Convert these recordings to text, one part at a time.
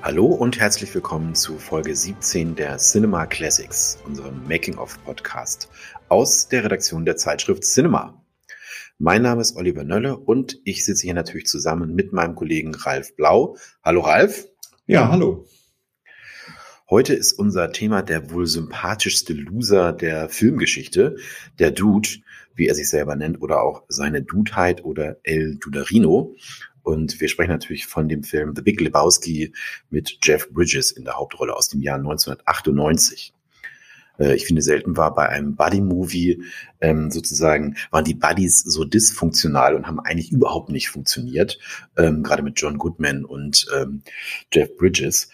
Hallo und herzlich willkommen zu Folge 17 der Cinema Classics, unserem Making-of-Podcast aus der Redaktion der Zeitschrift Cinema. Mein Name ist Oliver Nölle und ich sitze hier natürlich zusammen mit meinem Kollegen Ralf Blau. Hallo Ralf. Ja, hallo. Heute ist unser Thema der wohl sympathischste Loser der Filmgeschichte, der Dude, wie er sich selber nennt, oder auch seine Dudeheit oder El Duderino. Und wir sprechen natürlich von dem Film The Big Lebowski mit Jeff Bridges in der Hauptrolle aus dem Jahr 1998. Ich finde, selten war bei einem Buddy-Movie sozusagen, waren die Buddies so dysfunktional und haben eigentlich überhaupt nicht funktioniert, gerade mit John Goodman und Jeff Bridges.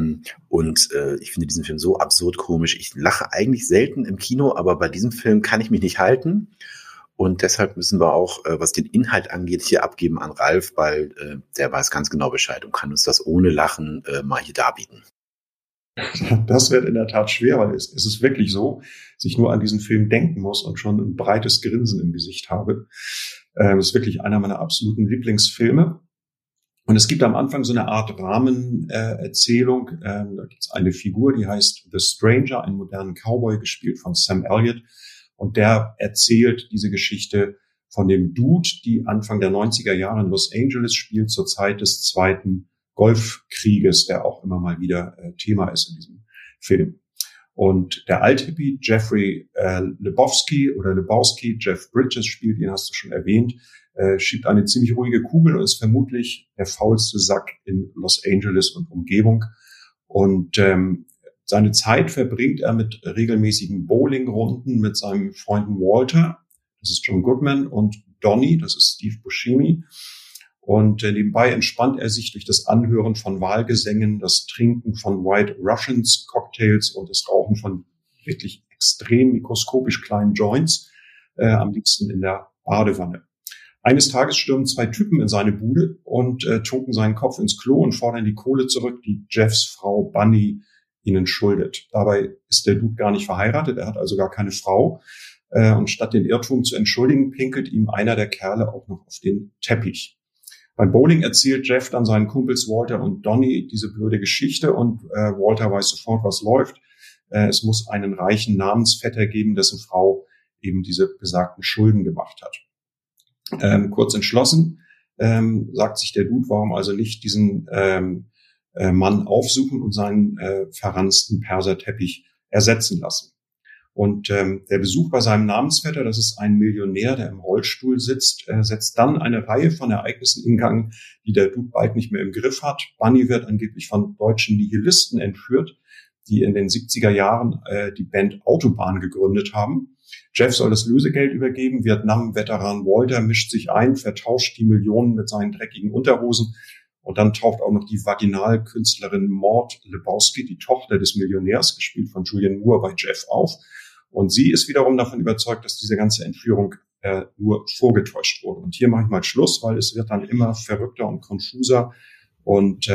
Ich finde diesen Film so absurd komisch. Ich lache eigentlich selten im Kino, aber bei diesem Film kann ich mich nicht halten. Und deshalb müssen wir auch, was den Inhalt angeht, hier abgeben an Ralf, weil der weiß ganz genau Bescheid und kann uns das ohne Lachen mal hier darbieten. Das wird in der Tat schwer, weil es ist wirklich so, dass ich nur an diesen Film denken muss und schon ein breites Grinsen im Gesicht habe. Es ist wirklich einer meiner absoluten Lieblingsfilme. Und es gibt am Anfang so eine Art Rahmenerzählung. Da gibt es eine Figur, die heißt The Stranger, einen modernen Cowboy, gespielt von Sam Elliott. Und der erzählt diese Geschichte von dem Dude, die Anfang der 90er Jahre in Los Angeles spielt, zur Zeit des Zweiten Golfkrieges, der auch immer mal wieder Thema ist in diesem Film. Und der Althippie Jeffrey Lebowski, Jeff Bridges spielt ihn, hast du schon erwähnt, schiebt eine ziemlich ruhige Kugel und ist vermutlich der faulste Sack in Los Angeles und Umgebung. Und seine Zeit verbringt er mit regelmäßigen Bowlingrunden mit seinen Freunden Walter, das ist John Goodman, und Donnie, das ist Steve Buscemi. Und nebenbei entspannt er sich durch das Anhören von Wahlgesängen, das Trinken von White Russians Cocktails und das Rauchen von wirklich extrem mikroskopisch kleinen Joints, am liebsten in der Badewanne. Eines Tages stürmen zwei Typen in seine Bude und tunken seinen Kopf ins Klo und fordern die Kohle zurück, die Jeffs Frau Bunny ihnen schuldet. Dabei ist der Dude gar nicht verheiratet, er hat also gar keine Frau. Und statt den Irrtum zu entschuldigen, pinkelt ihm einer der Kerle auch noch auf den Teppich. Beim Bowling erzählt Jeff dann seinen Kumpels Walter und Donnie diese blöde Geschichte und Walter weiß sofort, was läuft. Es muss einen reichen Namensvetter geben, dessen Frau eben diese besagten Schulden gemacht hat. Kurz entschlossen sagt sich der Dude, warum also nicht diesen Mann aufsuchen und seinen verransten Perserteppich ersetzen lassen. Und der Besuch bei seinem Namensvetter, das ist ein Millionär, der im Rollstuhl sitzt, setzt dann eine Reihe von Ereignissen in Gang, die der Dude bald nicht mehr im Griff hat. Bunny wird angeblich von deutschen Nihilisten entführt, die in den 70er Jahren die Band Autobahn gegründet haben. Jeff soll das Lösegeld übergeben. Vietnam-Veteran Walter mischt sich ein, vertauscht die Millionen mit seinen dreckigen Unterhosen. Und dann taucht auch noch die Vaginalkünstlerin Maud Lebowski, die Tochter des Millionärs, gespielt von Julianne Moore, bei Jeff auf. Und sie ist wiederum davon überzeugt, dass diese ganze Entführung nur vorgetäuscht wurde. Und hier mache ich mal Schluss, weil es wird dann immer verrückter und konfuser. Und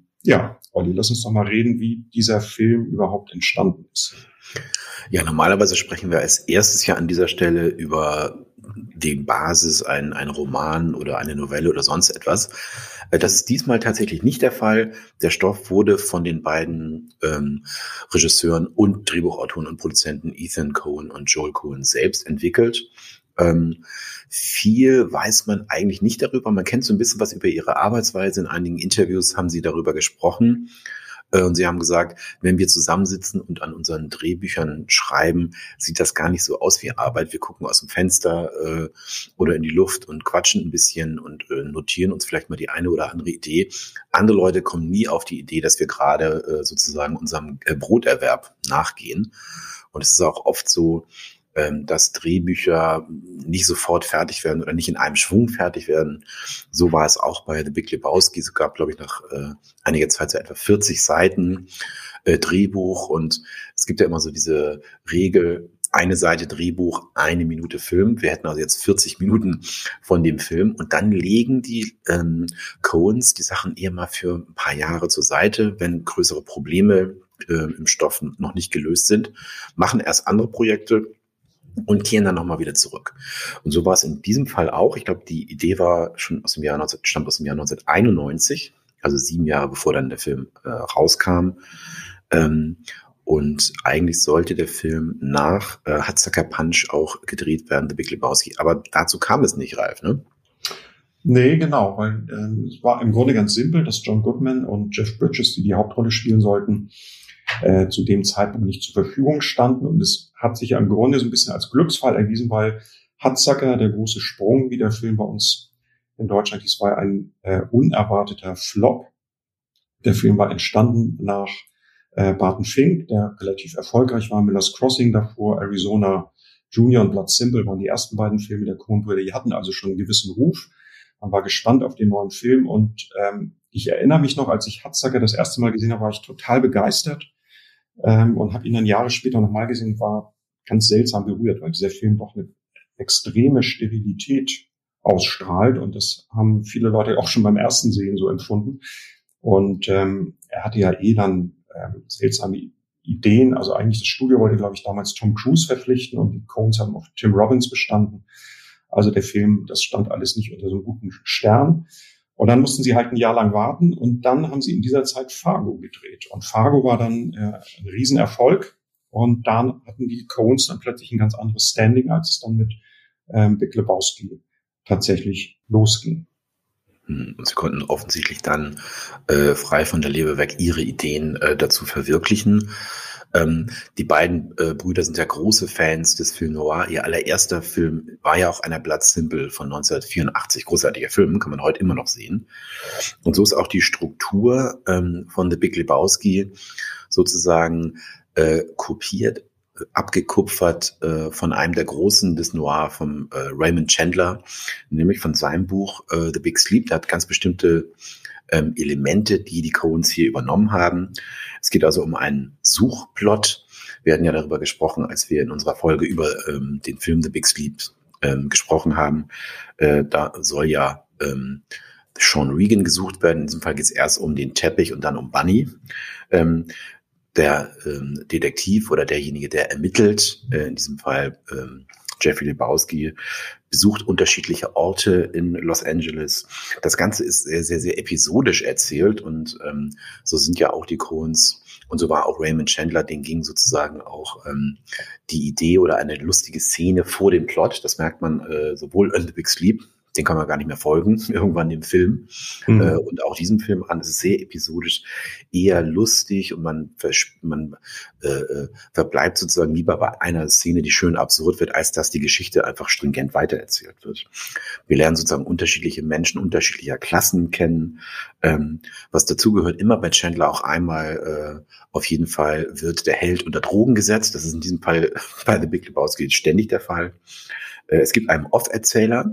Olli, lass uns doch mal reden, wie dieser Film überhaupt entstanden ist. Ja, normalerweise sprechen wir als erstes ja an dieser Stelle über die Basis, ein Roman oder eine Novelle oder sonst etwas. Das ist diesmal tatsächlich nicht der Fall. Der Stoff wurde von den beiden Regisseuren und Drehbuchautoren und Produzenten Ethan Coen und Joel Coen selbst entwickelt. Viel weiß man eigentlich nicht darüber. Man kennt so ein bisschen was über ihre Arbeitsweise. In einigen Interviews haben sie darüber gesprochen. Und sie haben gesagt, wenn wir zusammensitzen und an unseren Drehbüchern schreiben, sieht das gar nicht so aus wie Arbeit. Wir gucken aus dem Fenster oder in die Luft und quatschen ein bisschen und notieren uns vielleicht mal die eine oder andere Idee. Andere Leute kommen nie auf die Idee, dass wir gerade sozusagen unserem Broterwerb nachgehen. Und es ist auch oft so, dass Drehbücher nicht sofort fertig werden oder nicht in einem Schwung fertig werden. So war es auch bei The Big Lebowski. Es gab, glaube ich, nach einiger Zeit so etwa 40 Seiten Drehbuch. Und es gibt ja immer so diese Regel, eine Seite Drehbuch, 1 Minute Film. Wir hätten also jetzt 40 Minuten von dem Film. Und dann legen die Coens die Sachen eher mal für ein paar Jahre zur Seite, wenn größere Probleme im Stoff noch nicht gelöst sind, machen erst andere Projekte und kehren dann nochmal wieder zurück. Und so war es in diesem Fall auch. Ich glaube, die Idee war schon stammt aus dem Jahr 1991. also 7 Jahre bevor dann der Film rauskam. Und eigentlich sollte der Film nach Hudsucker Punch auch gedreht werden, The Big Lebowski. Aber dazu kam es nicht, Ralf, ne? Nee, genau, weil es war im Grunde ganz simpel, dass John Goodman und Jeff Bridges, die Hauptrolle spielen sollten, zu dem Zeitpunkt nicht zur Verfügung standen. Und es hat sich ja im Grunde so ein bisschen als Glücksfall erwiesen, weil Hudsucker, der große Sprung, wie der Film bei uns in Deutschland hieß, war ein unerwarteter Flop. Der Film war entstanden nach Barton Fink, der relativ erfolgreich war, Miller's Crossing davor, Arizona Junior und Blood Simple waren die ersten beiden Filme der Coen-Brüder. Die hatten also schon einen gewissen Ruf. Man war gespannt auf den neuen Film und ich erinnere mich noch, als ich Hudsucker das erste Mal gesehen habe, war ich total begeistert und habe ihn dann Jahre später nochmal gesehen, war ganz seltsam berührt, weil dieser Film doch eine extreme Sterilität ausstrahlt und das haben viele Leute auch schon beim ersten Sehen so empfunden. Und er hatte ja dann seltsame Ideen. Also eigentlich das Studio wollte, glaube ich, damals Tom Cruise verpflichten und die Coens haben auf Tim Robbins bestanden. Also der Film, das stand alles nicht unter so einem guten Stern. Und dann mussten sie halt ein Jahr lang warten und dann haben sie in dieser Zeit Fargo gedreht. Und Fargo war dann ein Riesenerfolg und dann hatten die Coens dann plötzlich ein ganz anderes Standing, als es dann mit Big Lebowski tatsächlich losging. Und sie konnten offensichtlich dann frei von der Leber weg ihre Ideen dazu verwirklichen. Die beiden Brüder sind ja große Fans des Film Noir. Ihr allererster Film war ja auch einer Blood Simple von 1984. Großartiger Film, kann man heute immer noch sehen. Und so ist auch die Struktur von The Big Lebowski sozusagen kopiert, abgekupfert von einem der Großen des Noir, vom Raymond Chandler, nämlich von seinem Buch The Big Sleep. Der hat ganz bestimmte Elemente, die Coens hier übernommen haben. Es geht also um einen Suchplot. Wir hatten ja darüber gesprochen, als wir in unserer Folge über den Film The Big Sleep gesprochen haben. Da soll ja Sean Regan gesucht werden. In diesem Fall geht es erst um den Teppich und dann um Bunny. Der Detektiv oder derjenige, der ermittelt, in diesem Fall Jeffrey Lebowski, besucht unterschiedliche Orte in Los Angeles. Das Ganze ist sehr, sehr, sehr episodisch erzählt und so sind ja auch die Coens und so war auch Raymond Chandler, den ging sozusagen auch die Idee oder eine lustige Szene vor dem Plot. Das merkt man sowohl in The Big Sleep, den kann man gar nicht mehr folgen, irgendwann dem Film. Und auch diesem Film an. Es ist sehr episodisch, eher lustig und man verbleibt sozusagen lieber bei einer Szene, die schön absurd wird, als dass die Geschichte einfach stringent weitererzählt wird. Wir lernen sozusagen unterschiedliche Menschen unterschiedlicher Klassen kennen. Was dazugehört, immer bei Chandler auch einmal auf jeden Fall wird der Held unter Drogen gesetzt. Das ist in diesem Fall bei The Big Lebowski ständig der Fall. Es gibt einen Off-Erzähler,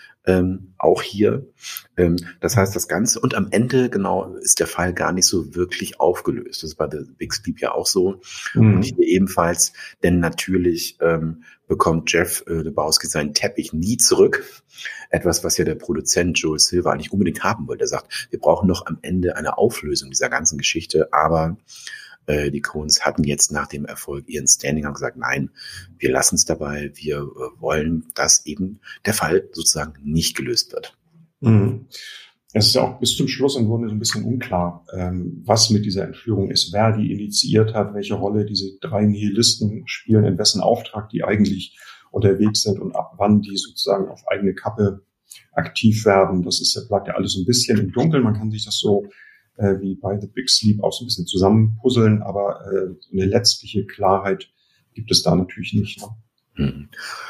auch hier. Das heißt, das Ganze und am Ende genau ist der Fall gar nicht so wirklich aufgelöst. Das ist bei The Big Sleep ja auch so. Und hier ebenfalls, denn natürlich bekommt Jeff Lebowski seinen Teppich nie zurück. Etwas, was ja der Produzent Joel Silver eigentlich unbedingt haben wollte. Er sagt, wir brauchen noch am Ende eine Auflösung dieser ganzen Geschichte, aber die Coens hatten jetzt nach dem Erfolg ihren Standing und gesagt, nein, wir lassen es dabei, wir wollen, dass eben der Fall sozusagen nicht gelöst wird. Es ist ja auch bis zum Schluss im Grunde so ein bisschen unklar, was mit dieser Entführung ist, wer die initiiert hat, welche Rolle diese 3 Nihilisten spielen, in wessen Auftrag die eigentlich unterwegs sind und ab wann die sozusagen auf eigene Kappe aktiv werden. Das bleibt ja alles so ein bisschen im Dunkeln. Man kann sich das so wie bei The Big Sleep auch so ein bisschen zusammenpuzzeln, aber eine letztliche Klarheit gibt es da natürlich nicht. Ne?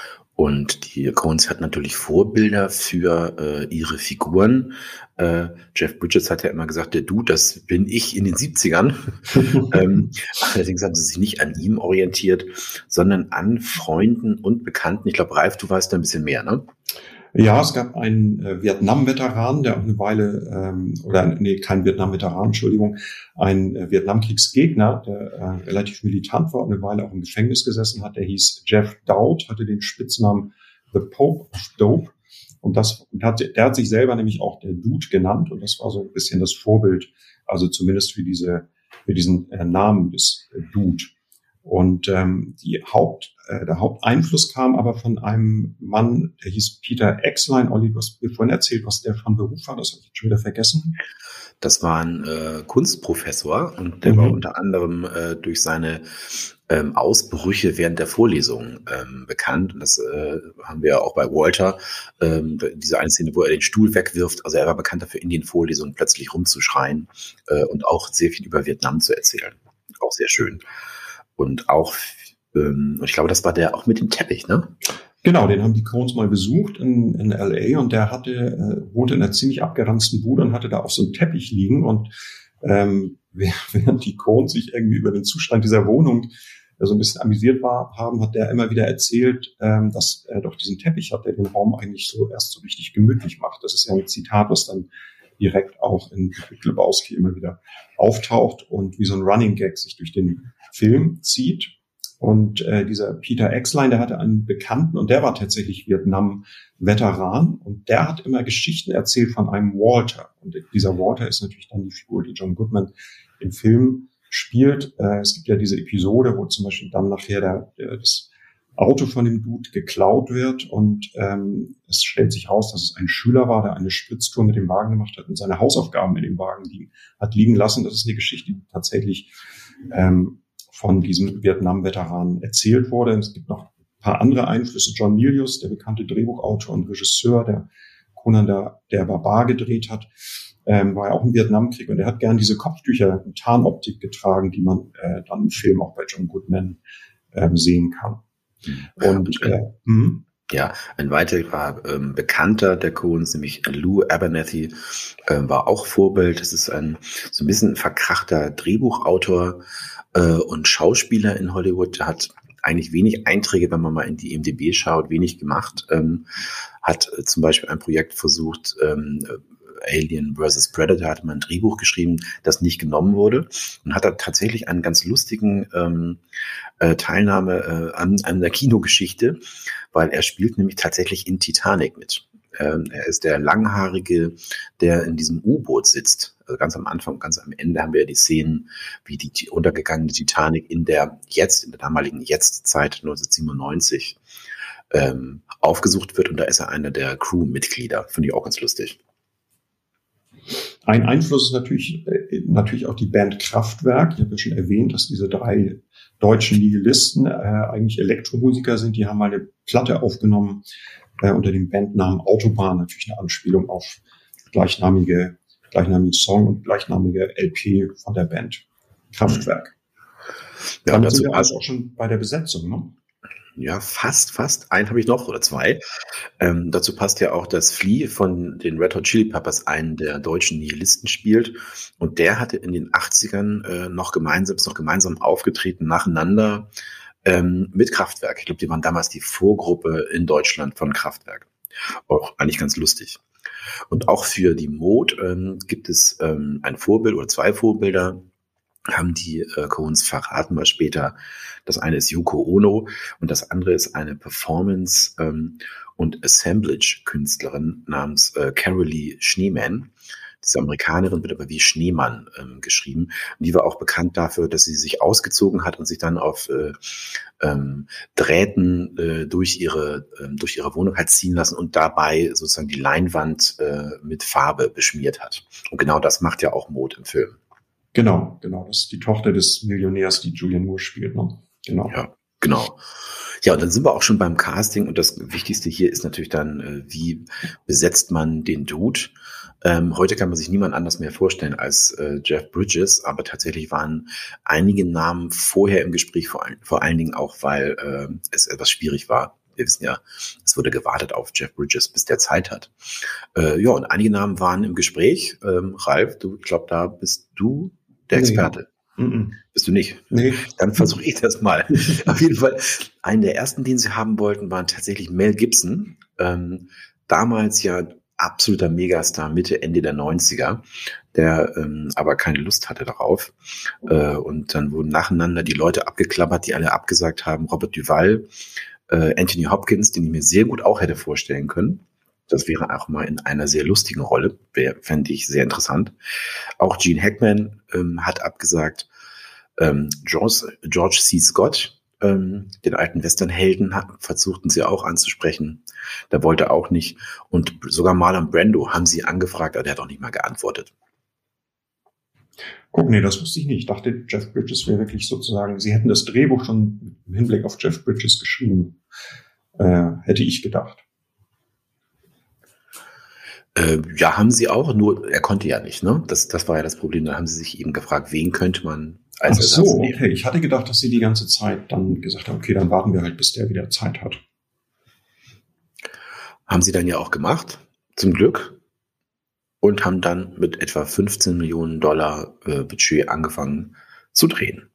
Und die Coens hat natürlich Vorbilder für ihre Figuren. Jeff Bridges hat ja immer gesagt, der Dude, das bin ich in den 70ern. Allerdings haben sie sich nicht an ihm orientiert, sondern an Freunden und Bekannten. Ich glaube, Ralf, du weißt da ein bisschen mehr, ne? Ja, es gab einen Vietnam-Veteran, der auch eine Weile, kein Vietnam-Veteran, Entschuldigung, ein Vietnamkriegsgegner, der relativ militant war und eine Weile auch im Gefängnis gesessen hat. Der hieß Jeff Dowd, hatte den Spitznamen The Pope of Dope. Und der hat sich selber nämlich auch der Dude genannt und das war so ein bisschen das Vorbild, also zumindest für diesen Namen des Dude. Und der Haupteinfluss kam aber von einem Mann, der hieß Peter Exline. Olli, du hast mir vorhin erzählt, was der von Beruf war. Das habe ich schon wieder vergessen. Das war ein Kunstprofessor und der war unter anderem durch seine Ausbrüche während der Vorlesung bekannt. Und das haben wir ja auch bei Walter, diese eine Szene, wo er den Stuhl wegwirft. Also er war bekannt dafür, in den Vorlesungen plötzlich rumzuschreien und auch sehr viel über Vietnam zu erzählen. Auch sehr schön. Und auch, ich glaube, das war der auch mit dem Teppich, ne? Genau, den haben die Coens mal besucht in L.A. und der wohnte in einer ziemlich abgeranzten Bude und hatte da auf so einem Teppich liegen und während die Coens sich irgendwie über den Zustand dieser Wohnung so ein bisschen amüsiert haben, hat der immer wieder erzählt, dass er doch diesen Teppich hat, der den Raum eigentlich so erst so richtig gemütlich macht. Das ist ja ein Zitat, was dann direkt auch in Big Lebowski immer wieder auftaucht und wie so ein Running Gag sich durch den Film zieht. Und dieser Peter Exline, der hatte einen Bekannten und der war tatsächlich Vietnam-Veteran und der hat immer Geschichten erzählt von einem Walter. Und dieser Walter ist natürlich dann die Figur, die John Goodman im Film spielt. Es gibt ja diese Episode, wo zum Beispiel dann nachher das Auto von dem Dude geklaut wird und es stellt sich raus, dass es ein Schüler war, der eine Spritztour mit dem Wagen gemacht hat und seine Hausaufgaben in dem Wagen liegen lassen. Das ist eine Geschichte, die tatsächlich von diesem Vietnam-Veteran erzählt wurde. Es gibt noch ein paar andere Einflüsse. John Milius, der bekannte Drehbuchautor und Regisseur, der Conan der Barbar gedreht hat, war ja auch im Vietnamkrieg und er hat gern diese Kopftücher, Tarnoptik getragen, die man dann im Film auch bei John Goodman sehen kann. Und ja, ein weiterer Bekannter der Coens, nämlich Lou Abernathy, war auch Vorbild. Das ist so ein bisschen verkrachter Drehbuchautor und Schauspieler in Hollywood. Der hat eigentlich wenig Einträge, wenn man mal in die IMDb schaut, wenig gemacht. Hat zum Beispiel ein Projekt versucht, Alien vs. Predator, hatte man ein Drehbuch geschrieben, das nicht genommen wurde und hat da tatsächlich einen ganz lustigen Teilnahme an der Kinogeschichte, weil er spielt nämlich tatsächlich in Titanic mit. Er ist der Langhaarige, der in diesem U-Boot sitzt. Also ganz am Anfang, ganz am Ende haben wir ja die Szenen, wie die untergegangene Titanic in der damaligen Jetztzeit 1997 aufgesucht wird und da ist er einer der Crewmitglieder. Finde ich auch ganz lustig. Ein Einfluss ist natürlich auch die Band Kraftwerk. Ich habe ja schon erwähnt, dass diese 3 deutschen Nihilisten eigentlich Elektromusiker sind. Die haben mal eine Platte aufgenommen unter dem Bandnamen Autobahn. Natürlich eine Anspielung auf gleichnamige Song und gleichnamige LP von der Band Kraftwerk. Ja, damit sind wir also auch schon bei der Besetzung, ne? Ja, fast. Einen habe ich noch oder 2. Dazu passt ja auch, dass Flea von den Red Hot Chili Peppers einen der deutschen Nihilisten spielt. Und der hatte in den 80ern noch gemeinsam aufgetreten, nacheinander mit Kraftwerk. Ich glaube, die waren damals die Vorgruppe in Deutschland von Kraftwerk. Auch eigentlich ganz lustig. Und auch für die Mode gibt es ein Vorbild oder 2 Vorbilder, haben die Coens verraten, mal später. Das eine ist Yoko Ono und das andere ist eine Performance- und Assemblage-Künstlerin namens Carolee Schneemann. Diese Amerikanerin wird aber wie Schneemann geschrieben. Und die war auch bekannt dafür, dass sie sich ausgezogen hat und sich dann auf Drähten durch ihre Wohnung hat ziehen lassen und dabei sozusagen die Leinwand mit Farbe beschmiert hat. Und genau das macht ja auch Mode im Film. Genau. Das ist die Tochter des Millionärs, die Julianne Moore spielt, ne? Genau. Ja, genau. Ja, und dann sind wir auch schon beim Casting und das Wichtigste hier ist natürlich dann, wie besetzt man den Dude? Heute kann man sich niemand anders mehr vorstellen als Jeff Bridges, aber tatsächlich waren einige Namen vorher im Gespräch, vor allen Dingen auch, weil es etwas schwierig war. Wir wissen ja, es wurde gewartet auf Jeff Bridges, bis der Zeit hat. Ja, und einige Namen waren im Gespräch. Ralf, ich glaube, da bist du der Experte. Nee. Bist du nicht? Nee. Dann versuche ich das mal. Auf jeden Fall, einen der ersten, den sie haben wollten, war tatsächlich Mel Gibson. Damals ja absoluter Megastar, Mitte, Ende der 90er, der aber keine Lust hatte darauf. Und dann wurden nacheinander die Leute abgeklappert, die alle abgesagt haben. Robert Duvall, Anthony Hopkins, den ich mir sehr gut auch hätte vorstellen können. Das wäre auch mal in einer sehr lustigen Rolle, fände ich sehr interessant. Auch Gene Hackman hat abgesagt. George C. Scott, den alten Westernhelden, versuchten sie auch anzusprechen. Der wollte auch nicht. Und sogar Marlon Brando haben sie angefragt, aber der hat auch nicht mal geantwortet. Guck, nee, das wusste ich nicht. Ich dachte, Jeff Bridges wäre wirklich sozusagen, sie hätten das Drehbuch schon im Hinblick auf Jeff Bridges geschrieben. Hätte ich gedacht. Ja, haben sie auch, nur er konnte ja nicht, ne? Das war ja das Problem. Da haben sie sich eben gefragt, wen könnte man als Ersatz nehmen. Ach so, okay. Ich hatte gedacht, dass sie die ganze Zeit dann gesagt haben, okay, dann warten wir halt, bis der wieder Zeit hat. Haben sie dann ja auch gemacht, zum Glück, und haben dann mit etwa $15 Millionen Budget angefangen zu drehen.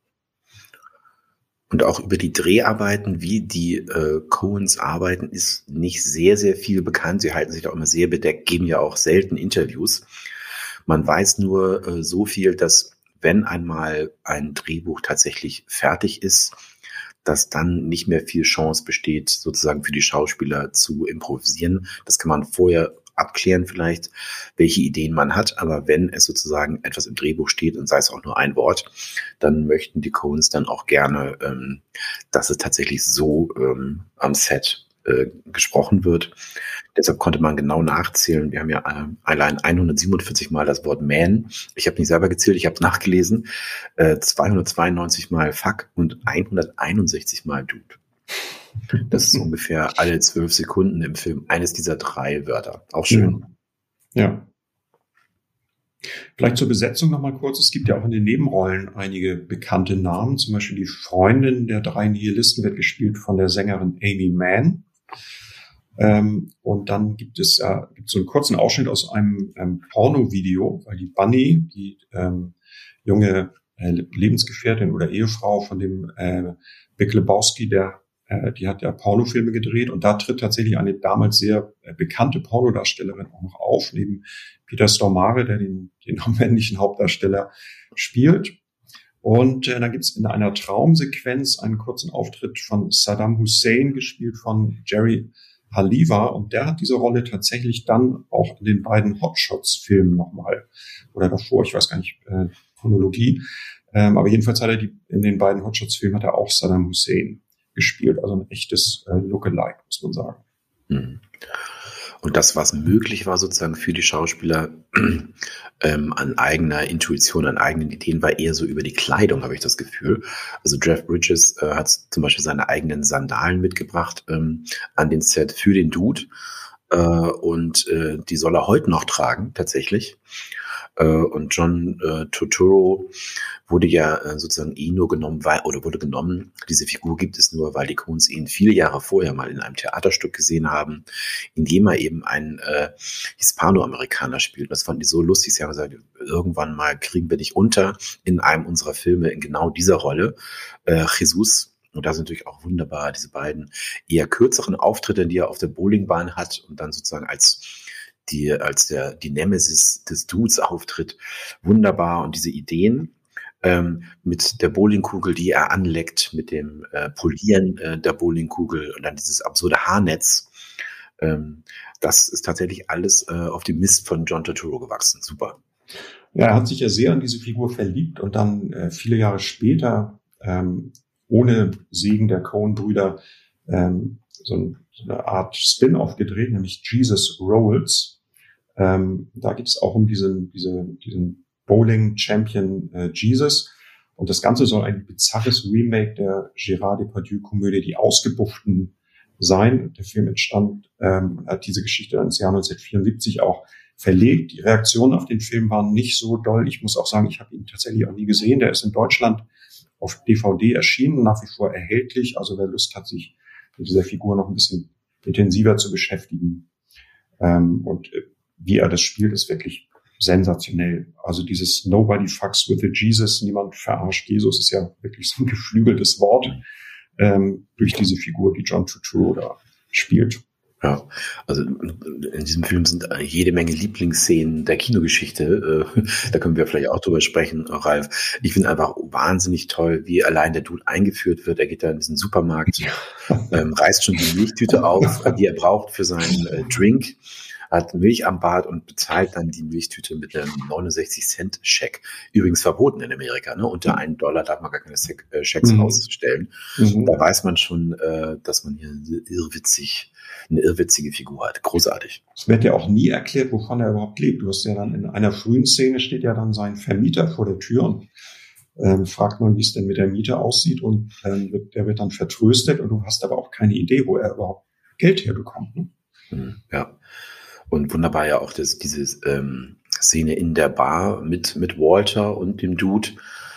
Und auch über die Dreharbeiten, wie die Coens arbeiten, ist nicht sehr, sehr viel bekannt. Sie halten sich da auch immer sehr bedeckt, geben ja auch selten Interviews. Man weiß nur so viel, dass wenn einmal ein Drehbuch tatsächlich fertig ist, dass dann nicht mehr viel Chance besteht, sozusagen für die Schauspieler zu improvisieren. Das kann man vorher abklären vielleicht, welche Ideen man hat, aber wenn es sozusagen etwas im Drehbuch steht und sei es auch nur ein Wort, dann möchten die Coens dann auch gerne, dass es tatsächlich so am Set gesprochen wird. Deshalb konnte man genau nachzählen. Wir haben ja allein 147 Mal das Wort Man. Ich habe nicht selber gezählt, ich habe es nachgelesen. 292 Mal Fuck und 161 Mal Dude. Das ist ungefähr alle 12 Sekunden im Film eines dieser 3 Wörter. Auch schön. Ja. Vielleicht zur Besetzung noch mal kurz. Es gibt ja auch in den Nebenrollen einige bekannte Namen. Zum Beispiel die Freundin der 3 Nihilisten wird gespielt von der Sängerin Amy Mann. Und dann gibt es so einen kurzen Ausschnitt aus einem Porno-Video, weil die Bunny, die junge Lebensgefährtin oder Ehefrau von dem Big Lebowski, die hat ja Pornofilme gedreht, und da tritt tatsächlich eine damals sehr bekannte Pornodarstellerin auch noch auf, neben Peter Stormare, der den männlichen Hauptdarsteller spielt. Und dann gibt es in einer Traumsequenz einen kurzen Auftritt von Saddam Hussein, gespielt von Jerry Haliva, und der hat diese Rolle tatsächlich dann auch in den beiden Hotshots-Filmen nochmal, oder davor, ich weiß gar nicht, Chronologie, aber jedenfalls hat er in den beiden Hotshots-Filmen hat er auch Saddam Hussein gespielt, also ein echtes Lookalike, muss man sagen. Und das, was möglich war sozusagen für die Schauspieler an eigener Intuition, an eigenen Ideen, war eher so über die Kleidung, habe ich das Gefühl. Also Jeff Bridges hat zum Beispiel seine eigenen Sandalen mitgebracht an den Set für den Dude, und die soll er heute noch tragen, tatsächlich. Und John Turturro wurde ja sozusagen nur genommen, diese Figur gibt es nur, weil die Coens ihn viele Jahre vorher mal in einem Theaterstück gesehen haben, in dem er eben einen Hispanoamerikaner spielt. Das fanden die so lustig, sie haben gesagt, irgendwann mal kriegen wir dich unter in einem unserer Filme in genau dieser Rolle, Jesus. Und da sind natürlich auch wunderbar diese beiden eher kürzeren Auftritte, die er auf der Bowlingbahn hat und dann sozusagen als die Nemesis des Dudes auftritt. Wunderbar. Und diese Ideen mit der Bowlingkugel, die er anleckt, mit dem Polieren der Bowlingkugel und dann dieses absurde Haarnetz, das ist tatsächlich alles auf dem Mist von John Turturro gewachsen. Super. Ja, er hat sich ja sehr an diese Figur verliebt und dann viele Jahre später ohne Segen der Coen-Brüder so eine Art Spin-off gedreht, nämlich Jesus Rolls. Da geht es auch um diesen Bowling-Champion Jesus. Und das Ganze soll ein bizarres Remake der Gérard Depardieu-Komödie Die Ausgebuchten sein. Der Film hat diese Geschichte dann ins Jahr 1974 auch verlegt. Die Reaktionen auf den Film waren nicht so doll. Ich muss auch sagen, ich habe ihn tatsächlich auch nie gesehen. Der ist in Deutschland auf DVD erschienen, nach wie vor erhältlich. Also wer Lust hat, sich mit dieser Figur noch ein bisschen intensiver zu beschäftigen. Und wie er das spielt, ist wirklich sensationell. Also dieses Nobody fucks with the Jesus, niemand verarscht Jesus, ist ja wirklich so ein geflügeltes Wort durch diese Figur, die John Turturro da spielt. Ja, also in diesem Film sind jede Menge Lieblingsszenen der Kinogeschichte. Da können wir vielleicht auch drüber sprechen, Ralf. Ich finde einfach wahnsinnig toll, wie allein der Dude eingeführt wird. Er geht da in diesen Supermarkt, reißt schon die Milchtüte auf, die er braucht für seinen Drink. hat Milch am Bart und bezahlt dann die Milchtüte mit einem 69-Cent-Scheck. Übrigens verboten in Amerika, ne? Unter $1 darf man gar keine Schecks ausstellen. Da weiß man schon, dass man hier eine irrwitzige Figur hat. Großartig. Es wird ja auch nie erklärt, wovon er überhaupt lebt. Du hast ja dann in einer frühen Szene steht ja dann sein Vermieter vor der Tür und fragt man, wie es denn mit der Miete aussieht und der wird dann vertröstet und du hast aber auch keine Idee, wo er überhaupt Geld herbekommt. Ne? Ja, und wunderbar ja auch diese Szene in der Bar mit Walter und dem Dude,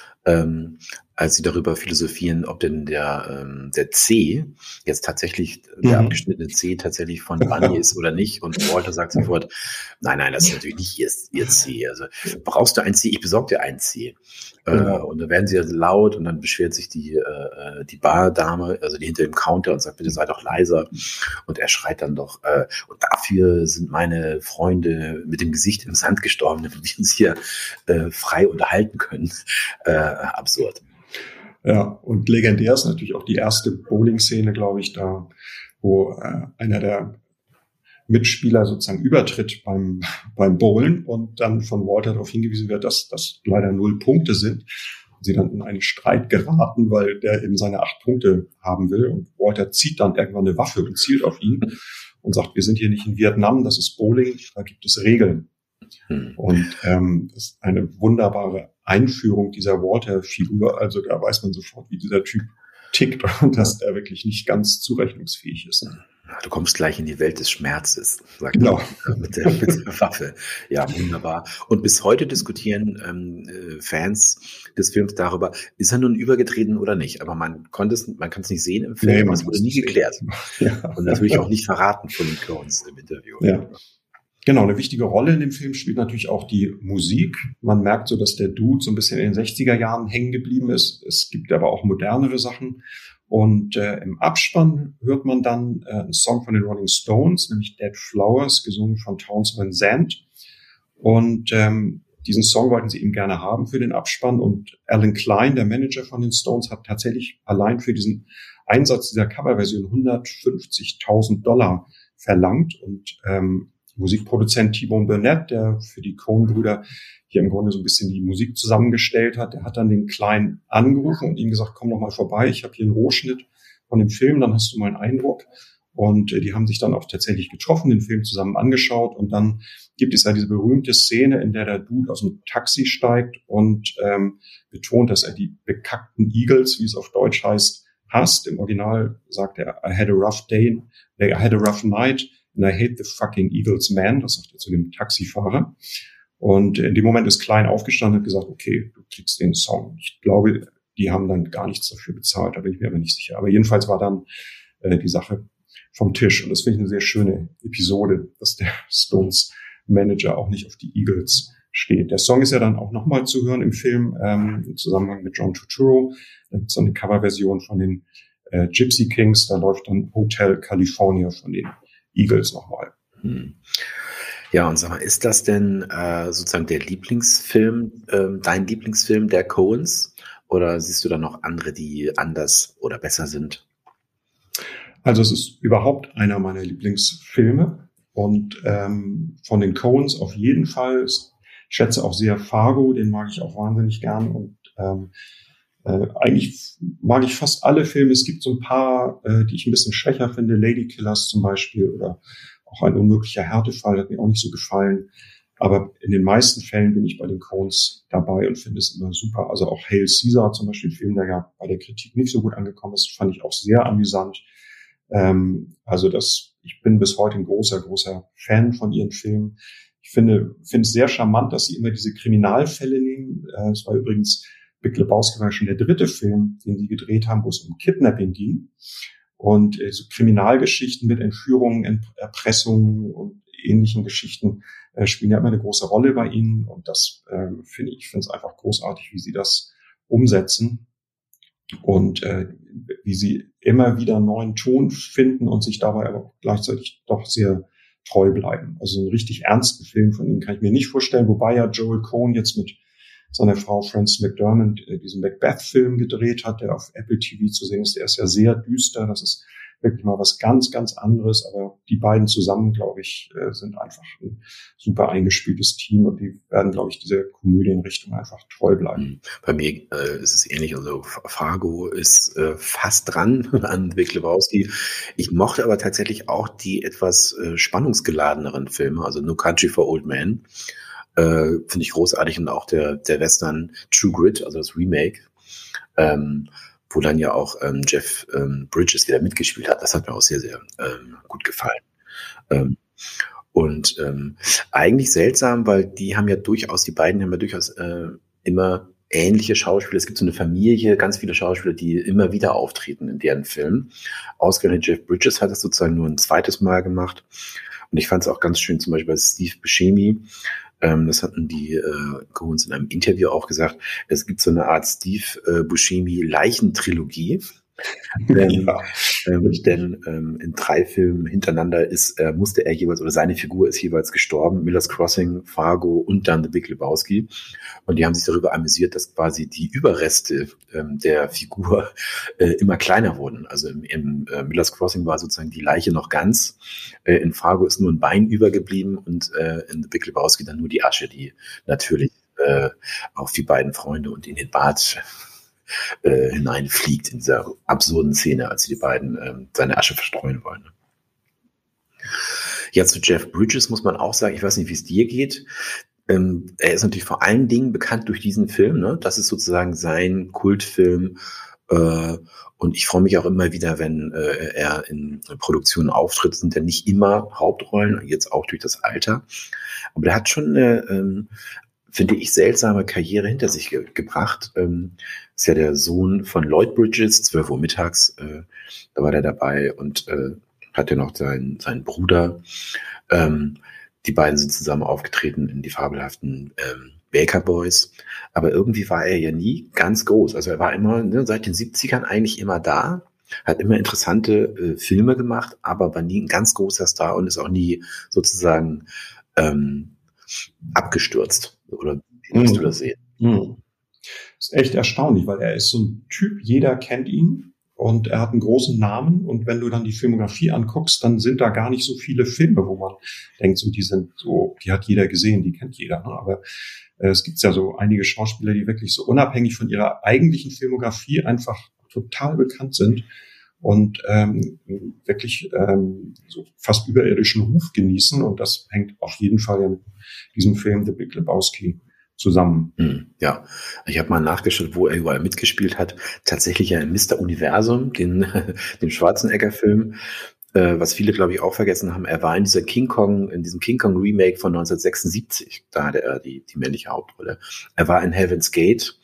als sie darüber philosophieren, ob denn der C jetzt tatsächlich, der abgeschnittene C tatsächlich von Bunny ist oder nicht. Und Walter sagt sofort, nein, das ist natürlich nicht ihr C. Also brauchst du ein C? Ich besorge dir ein C. Und dann werden sie also laut und dann beschwert sich die Bardame, also die hinter dem Counter und sagt, bitte sei doch leiser. Und er schreit dann doch, und dafür sind meine Freunde mit dem Gesicht im Sand gestorben, damit wir uns hier frei unterhalten können. Absurd. Ja, und legendär ist natürlich auch die erste Bowling-Szene, glaube ich, da, wo einer der Mitspieler sozusagen übertritt beim Bowlen und dann von Walter darauf hingewiesen wird, dass das leider 0 Punkte sind. Und sie dann in einen Streit geraten, weil der eben seine 8 Punkte haben will. Und Walter zieht dann irgendwann eine Waffe und zielt auf ihn und sagt, wir sind hier nicht in Vietnam, das ist Bowling, da gibt es Regeln. Und das ist eine wunderbare Einführung dieser Walter-Figur. Also da weiß man sofort, wie dieser Typ tickt und dass er wirklich nicht ganz zurechnungsfähig ist. Du kommst gleich in die Welt des Schmerzes, sagt genau. er mit der Waffe. Ja, wunderbar. Und bis heute diskutieren Fans des Films darüber, ist er nun übergetreten oder nicht. Aber man kann es nicht sehen im Film, es wurde nie geklärt. Ja. Und natürlich auch nicht verraten von den Coens im Interview. Ja. Genau, eine wichtige Rolle in dem Film spielt natürlich auch die Musik. Man merkt so, dass der Dude so ein bisschen in den 60er Jahren hängen geblieben ist. Es gibt aber auch modernere Sachen. Und im Abspann hört man dann einen Song von den Rolling Stones, nämlich Dead Flowers, gesungen von Townsend Van Zandt. Und diesen Song wollten sie eben gerne haben für den Abspann. Und Alan Klein, der Manager von den Stones, hat tatsächlich allein für diesen Einsatz dieser Coverversion $150.000 verlangt. Und Musikproduzent T-Bone Burnett, der für die Coen-Brüder hier im Grunde so ein bisschen die Musik zusammengestellt hat, der hat dann den Kleinen angerufen und ihm gesagt, komm doch mal vorbei, ich habe hier einen Rohschnitt von dem Film, dann hast du mal einen Eindruck. Und die haben sich dann auch tatsächlich getroffen, den Film zusammen angeschaut und dann gibt es ja diese berühmte Szene, in der der Dude aus dem Taxi steigt und betont, dass er die bekackten Eagles, wie es auf Deutsch heißt, hasst. Im Original sagt er, I had a rough night, and I hate the fucking Eagles, man. Das sagt er zu dem Taxifahrer. Und in dem Moment ist Klein aufgestanden und hat gesagt, okay, du kriegst den Song. Ich glaube, die haben dann gar nichts dafür bezahlt, da bin ich mir aber nicht sicher. Aber jedenfalls war dann die Sache vom Tisch. Und das finde ich eine sehr schöne Episode, dass der Stones Manager auch nicht auf die Eagles steht. Der Song ist ja dann auch nochmal zu hören im Film, im Zusammenhang mit John Turturro. Da gibt es eine Coverversion von den Gypsy Kings. Da läuft dann Hotel California von den Eagles nochmal. Ja, und sag mal, ist das denn sozusagen der Lieblingsfilm, dein Lieblingsfilm der Coens? Oder siehst du da noch andere, die anders oder besser sind? Also es ist überhaupt einer meiner Lieblingsfilme. Und von den Coens auf jeden Fall. Ich schätze auch sehr Fargo, den mag ich auch wahnsinnig gern. Und eigentlich mag ich fast alle Filme. Es gibt so ein paar, die ich ein bisschen schwächer finde. Ladykillers zum Beispiel oder auch Ein unmöglicher Härtefall hat mir auch nicht so gefallen. Aber in den meisten Fällen bin ich bei den Coens dabei und finde es immer super. Also auch Hail Caesar zum Beispiel, ein Film, der ja bei der Kritik nicht so gut angekommen ist, fand ich auch sehr amüsant. Ich bin bis heute ein großer Fan von ihren Filmen. Ich finde es sehr charmant, dass sie immer diese Kriminalfälle nehmen. Es war übrigens Big Lebowski war schon der 3. Film, den sie gedreht haben, wo es um Kidnapping ging. Und so Kriminalgeschichten mit Entführungen, Erpressungen und ähnlichen Geschichten spielen ja immer eine große Rolle bei ihnen. Und das finde es einfach großartig, wie sie das umsetzen. Und wie sie immer wieder neuen Ton finden und sich dabei aber auch gleichzeitig doch sehr treu bleiben. Also einen richtig ernsten Film von ihnen kann ich mir nicht vorstellen, wobei ja Joel Coen jetzt mit seiner Frau Frances McDormand diesen Macbeth-Film gedreht hat, der auf Apple TV zu sehen ist. Der ist ja sehr düster. Das ist wirklich mal was ganz, ganz anderes. Aber die beiden zusammen, glaube ich, sind einfach ein super eingespieltes Team und die werden, glaube ich, dieser Komödienrichtung einfach treu bleiben. Bei mir ist es ähnlich. Also Fargo ist fast dran an Big Lebowski. Ich mochte aber tatsächlich auch die etwas spannungsgeladeneren Filme, also No Country for Old Men. Finde ich großartig, und auch der Western True Grit, also das Remake, wo dann ja auch Jeff Bridges wieder mitgespielt hat. Das hat mir auch sehr, sehr gut gefallen. Und eigentlich seltsam, weil die beiden haben ja durchaus immer ähnliche Schauspieler. Es gibt so eine Familie, ganz viele Schauspieler, die immer wieder auftreten in deren Filmen. Ausgerechnet Jeff Bridges hat das sozusagen nur ein zweites Mal gemacht. Und ich fand es auch ganz schön, zum Beispiel bei Steve Buscemi. Das hatten die Coens in einem Interview auch gesagt. Es gibt so eine Art Steve Buscemi Leichentrilogie. Denn in 3 Filmen hintereinander musste er jeweils, oder seine Figur ist jeweils gestorben. Miller's Crossing, Fargo und dann The Big Lebowski. Und die haben sich darüber amüsiert, dass quasi die Überreste der Figur immer kleiner wurden. Also im Miller's Crossing war sozusagen die Leiche noch ganz. In Fargo ist nur ein Bein übergeblieben und in The Big Lebowski dann nur die Asche, die natürlich auf die beiden Freunde und in den Bart hineinfliegt in dieser absurden Szene, als die beiden seine Asche verstreuen wollen. Ja, zu Jeff Bridges muss man auch sagen, ich weiß nicht, wie es dir geht. Er ist natürlich vor allen Dingen bekannt durch diesen Film, ne? Das ist sozusagen sein Kultfilm. Und ich freue mich auch immer wieder, wenn er in Produktionen auftritt, sind ja nicht immer Hauptrollen, jetzt auch durch das Alter. Aber der hat schon eine, finde ich, seltsame Karriere hinter sich gebracht. Ist ja der Sohn von Lloyd Bridges, 12 Uhr mittags, da war der dabei, und hat ja noch seinen Bruder. Die beiden sind zusammen aufgetreten in die fabelhaften Baker Boys. Aber irgendwie war er ja nie ganz groß. Also er war immer, seit den 70ern eigentlich immer da, hat immer interessante Filme gemacht, aber war nie ein ganz großer Star und ist auch nie sozusagen abgestürzt. Oder wie würdest du das sehen? Das ist echt erstaunlich, weil er ist so ein Typ, jeder kennt ihn und er hat einen großen Namen, und wenn du dann die Filmografie anguckst, dann sind da gar nicht so viele Filme, wo man denkt, so, die hat jeder gesehen, die kennt jeder. Ne? Aber es gibt ja so einige Schauspieler, die wirklich so unabhängig von ihrer eigentlichen Filmografie einfach total bekannt sind und wirklich so fast überirdischen Ruf genießen, und das hängt auf jeden Fall in diesem Film The Big Lebowski zusammen. Ja, ich habe mal nachgeschaut, wo er überall mitgespielt hat. Tatsächlich ja in Mr. Universum, dem Schwarzenegger-Film, was viele, glaube ich, auch vergessen haben. Er war in diesem King Kong Remake von 1976. Da hatte er die männliche Hauptrolle. Er war in Heaven's Gate,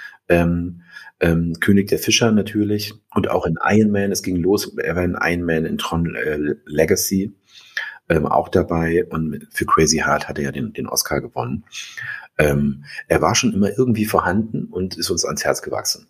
König der Fischer natürlich, und auch in Iron Man. Es ging los. Er war in Iron Man in Tron Legacy auch dabei, und für Crazy Heart hat er ja den Oscar gewonnen. Er war schon immer irgendwie vorhanden und ist uns ans Herz gewachsen.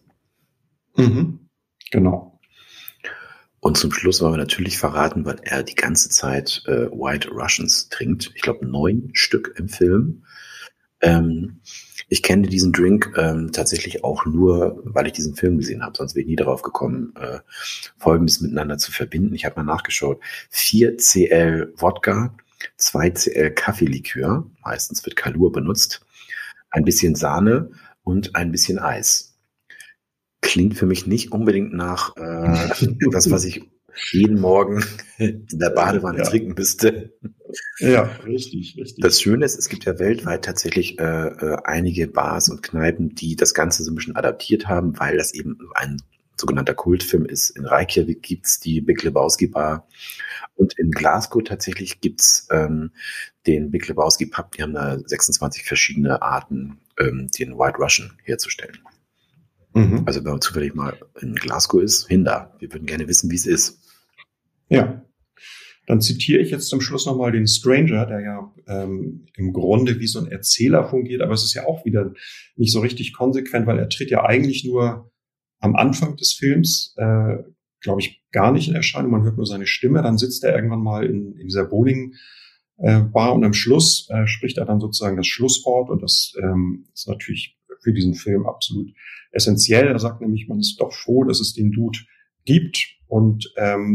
Genau. Und zum Schluss wollen wir natürlich verraten, weil er die ganze Zeit White Russians trinkt. Ich glaube 9 Stück im Film. Ich kenne diesen Drink tatsächlich auch nur, weil ich diesen Film gesehen habe. Sonst wäre ich nie darauf gekommen, Folgendes miteinander zu verbinden. Ich habe mal nachgeschaut. 4 Cl Wodka, 2 Cl Kaffeelikör, meistens wird Kalur benutzt, ein bisschen Sahne und ein bisschen Eis. Klingt für mich nicht unbedingt nach etwas, was ich jeden Morgen in der Badewanne trinken müsste. Ja, richtig. Das Schöne ist, es gibt ja weltweit tatsächlich einige Bars und Kneipen, die das Ganze so ein bisschen adaptiert haben, weil das eben ein sogenannter Kultfilm ist. In Reykjavik gibt's die Big Lebowski Bar, und in Glasgow tatsächlich gibt's den Big Lebowski Pub. Die haben da 26 verschiedene Arten, den White Russian herzustellen. Also wenn man zufällig mal in Glasgow ist, hin da. Wir würden gerne wissen, wie es ist. Ja. Dann zitiere ich jetzt zum Schluss nochmal den Stranger, der ja im Grunde wie so ein Erzähler fungiert, aber es ist ja auch wieder nicht so richtig konsequent, weil er tritt ja eigentlich nur am Anfang des Films, glaube ich, gar nicht in Erscheinung. Man hört nur seine Stimme. Dann sitzt er irgendwann mal in dieser Bowling-Bar und am Schluss spricht er dann sozusagen das Schlusswort, und das ist natürlich für diesen Film absolut essentiell. Er sagt nämlich, man ist doch froh, dass es den Dude gibt, und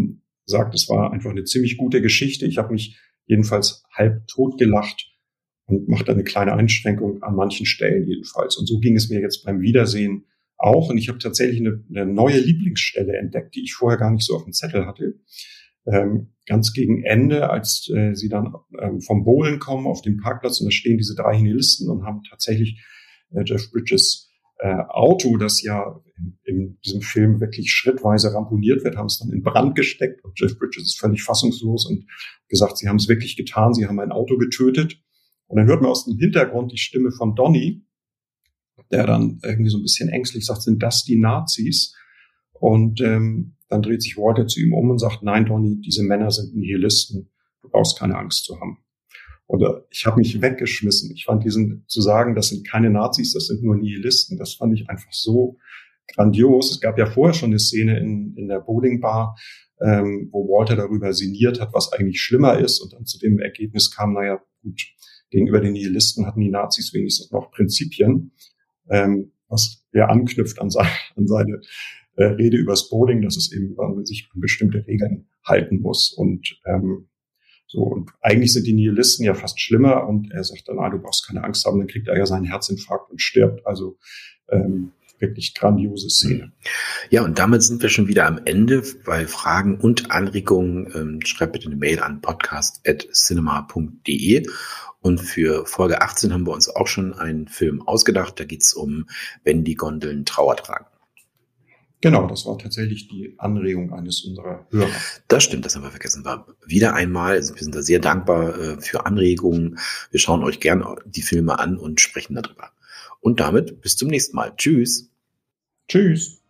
sagt, es war einfach eine ziemlich gute Geschichte. Ich habe mich jedenfalls halb tot gelacht und mache da eine kleine Einschränkung an manchen Stellen jedenfalls. Und so ging es mir jetzt beim Wiedersehen auch. Und ich habe tatsächlich eine neue Lieblingsstelle entdeckt, die ich vorher gar nicht so auf dem Zettel hatte. Ganz gegen Ende, als sie dann vom Bowlen kommen auf den Parkplatz, und da stehen diese 3 Nihilisten und haben tatsächlich Jeff Bridges Auto, das ja in diesem Film wirklich schrittweise ramponiert wird, haben es dann in Brand gesteckt, und Jeff Bridges ist völlig fassungslos und gesagt, sie haben es wirklich getan, sie haben ein Auto getötet. Und dann hört man aus dem Hintergrund die Stimme von Donnie, der dann irgendwie so ein bisschen ängstlich sagt, sind das die Nazis? Und dann dreht sich Walter zu ihm um und sagt, nein, Donnie, diese Männer sind Nihilisten, du brauchst keine Angst zu haben. Und ich habe mich weggeschmissen. Ich fand zu sagen, das sind keine Nazis, das sind nur Nihilisten, das fand ich einfach so grandios. Es gab ja vorher schon eine Szene in der Bowlingbar, wo Walter darüber sinniert hat, was eigentlich schlimmer ist, und dann zu dem Ergebnis kam, naja, gut, gegenüber den Nihilisten hatten die Nazis wenigstens noch Prinzipien, was er anknüpft an seine Rede übers Bowling, dass es eben, man sich an bestimmte Regeln halten muss. Und und eigentlich sind die Nihilisten ja fast schlimmer, und er sagt dann, du brauchst keine Angst haben, dann kriegt er ja seinen Herzinfarkt und stirbt. Also wirklich grandiose Szene. Ja, und damit sind wir schon wieder am Ende. Bei Fragen und Anregungen schreibt bitte eine Mail an podcast@cinema.de. Und für Folge 18 haben wir uns auch schon einen Film ausgedacht. Da geht es um Wenn die Gondeln Trauer tragen. Genau, das war tatsächlich die Anregung eines unserer Hörer. Das stimmt, das haben wir vergessen. War wieder einmal, wir sind da sehr dankbar für Anregungen. Wir schauen euch gern die Filme an und sprechen darüber. Und damit bis zum nächsten Mal. Tschüss. Tschüss.